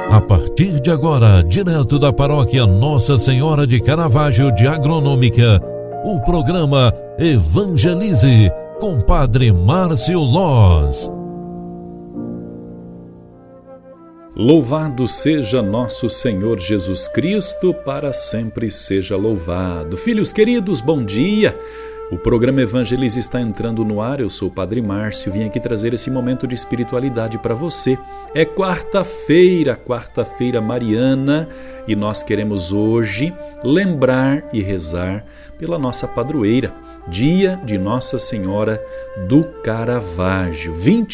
A partir de agora, direto da paróquia Nossa Senhora de Caravaggio de Agronômica, o programa Evangelize com Padre Márcio Loz. Louvado seja nosso Senhor Jesus Cristo, para sempre seja louvado. Filhos queridos, bom dia! O programa Evangelize está entrando no ar. Eu sou o Padre Márcio, vim aqui trazer esse momento de espiritualidade para você. É quarta-feira mariana, e nós queremos hoje lembrar e rezar pela nossa padroeira, dia de Nossa Senhora do Caravaggio,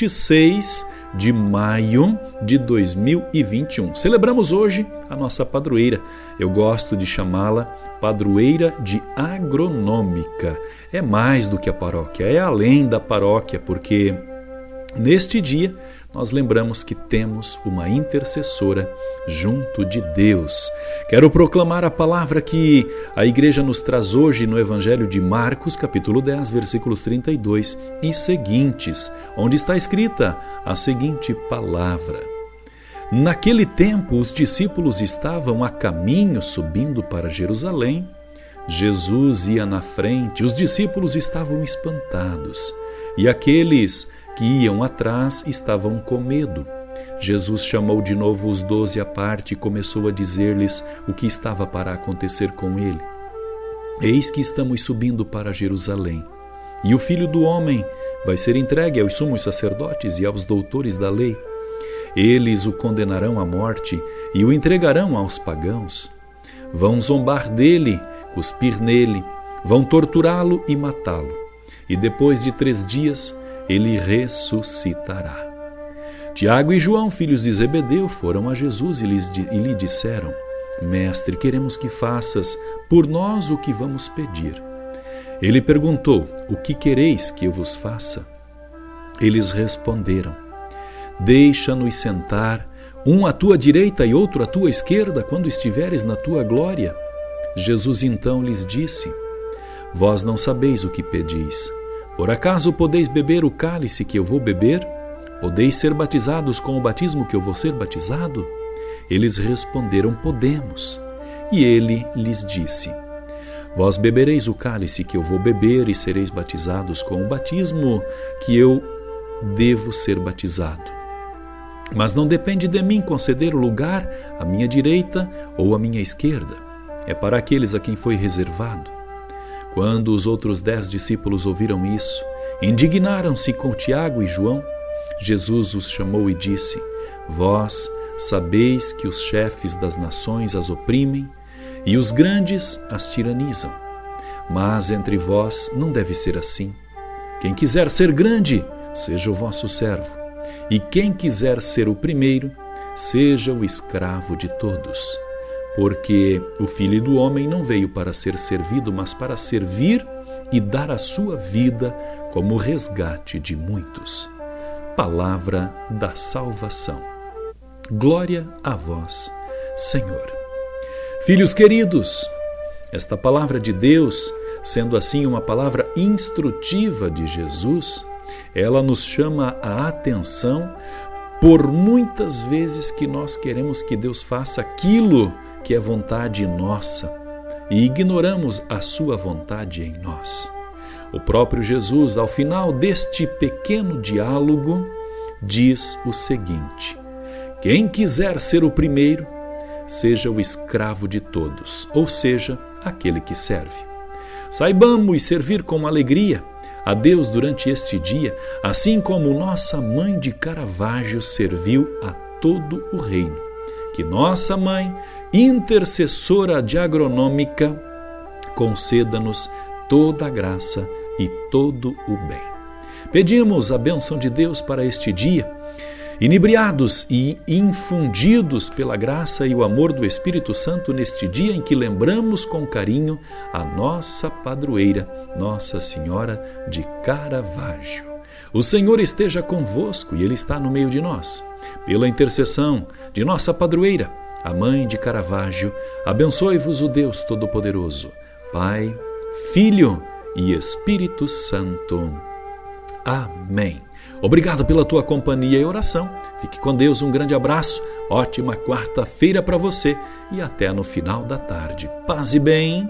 26 de maio de 2021. Celebramos hoje a nossa padroeira. Eu gosto de chamá-la padroeira de Agronômica. É mais do que a paróquia, é além da paróquia, porque neste dia nós lembramos que temos uma intercessora junto de Deus. Quero proclamar a palavra que a igreja nos traz hoje no Evangelho de Marcos, capítulo 10, versículos 32 e seguintes, onde está escrita a seguinte palavra: Naquele tempo, os discípulos estavam a caminho subindo para Jerusalém. Jesus ia na frente, os discípulos estavam espantados, e aqueles que iam atrás estavam com medo. Jesus chamou de novo os 12 à parte e começou a dizer-lhes o que estava para acontecer com ele. Eis que estamos subindo para Jerusalém, e o Filho do Homem vai ser entregue aos sumos sacerdotes e aos doutores da lei. Eles o condenarão à morte e o entregarão aos pagãos. Vão zombar dele, cuspir nele, vão torturá-lo e matá-lo. E depois de 3 dias, ele ressuscitará. Tiago e João, filhos de Zebedeu, foram a Jesus e lhe disseram: Mestre, queremos que faças por nós o que vamos pedir. Ele perguntou: O que quereis que eu vos faça? Eles responderam: Deixa-nos sentar, um à tua direita e outro à tua esquerda, quando estiveres na tua glória. Jesus então lhes disse: Vós não sabeis o que pedis. Por acaso podeis beber o cálice que eu vou beber? Podeis ser batizados com o batismo que eu vou ser batizado? Eles responderam: Podemos. E ele lhes disse: Vós bebereis o cálice que eu vou beber e sereis batizados com o batismo que eu devo ser batizado. Mas não depende de mim conceder o lugar à minha direita ou à minha esquerda. É para aqueles a quem foi reservado. Quando os outros 10 discípulos ouviram isso, indignaram-se com Tiago e João. Jesus os chamou e disse: Vós sabeis que os chefes das nações as oprimem e os grandes as tiranizam. Mas entre vós não deve ser assim. Quem quiser ser grande, seja o vosso servo. E quem quiser ser o primeiro, seja o escravo de todos. Porque o Filho do Homem não veio para ser servido, mas para servir e dar a sua vida como resgate de muitos. Palavra da salvação. Glória a vós, Senhor. Filhos queridos, esta palavra de Deus, sendo assim uma palavra instrutiva de Jesus, ela nos chama a atenção por muitas vezes que nós queremos que Deus faça aquilo que é vontade nossa e ignoramos a sua vontade em nós. O próprio Jesus, ao final deste pequeno diálogo, diz o seguinte: Quem quiser ser o primeiro, seja o escravo de todos, ou seja, aquele que serve. Saibamos servir com alegria a Deus durante este dia, assim como nossa mãe de Caravaggio serviu a todo o reino. Que nossa mãe, intercessora de Agronômica, conceda-nos toda a graça e todo o bem. Pedimos a bênção de Deus para este dia, inebriados e infundidos pela graça e o amor do Espírito Santo neste dia em que lembramos com carinho a nossa padroeira, Nossa Senhora de Caravaggio. O Senhor esteja convosco e Ele está no meio de nós. Pela intercessão de nossa padroeira, a Mãe de Caravaggio, abençoe-vos o Deus Todo-Poderoso, Pai, Filho e Espírito Santo. Amém. Obrigado pela tua companhia e oração. Fique com Deus, um grande abraço, ótima quarta-feira para você e até no final da tarde. Paz e bem.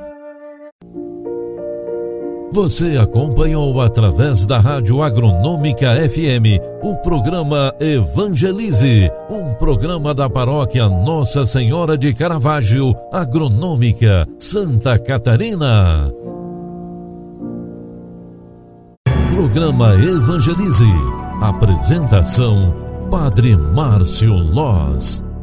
Você acompanhou através da Rádio Agronômica FM o programa Evangelize, um programa da paróquia Nossa Senhora de Caravaggio, Agronômica, Santa Catarina. Programa Evangelize. Apresentação: Padre Márcio Loz.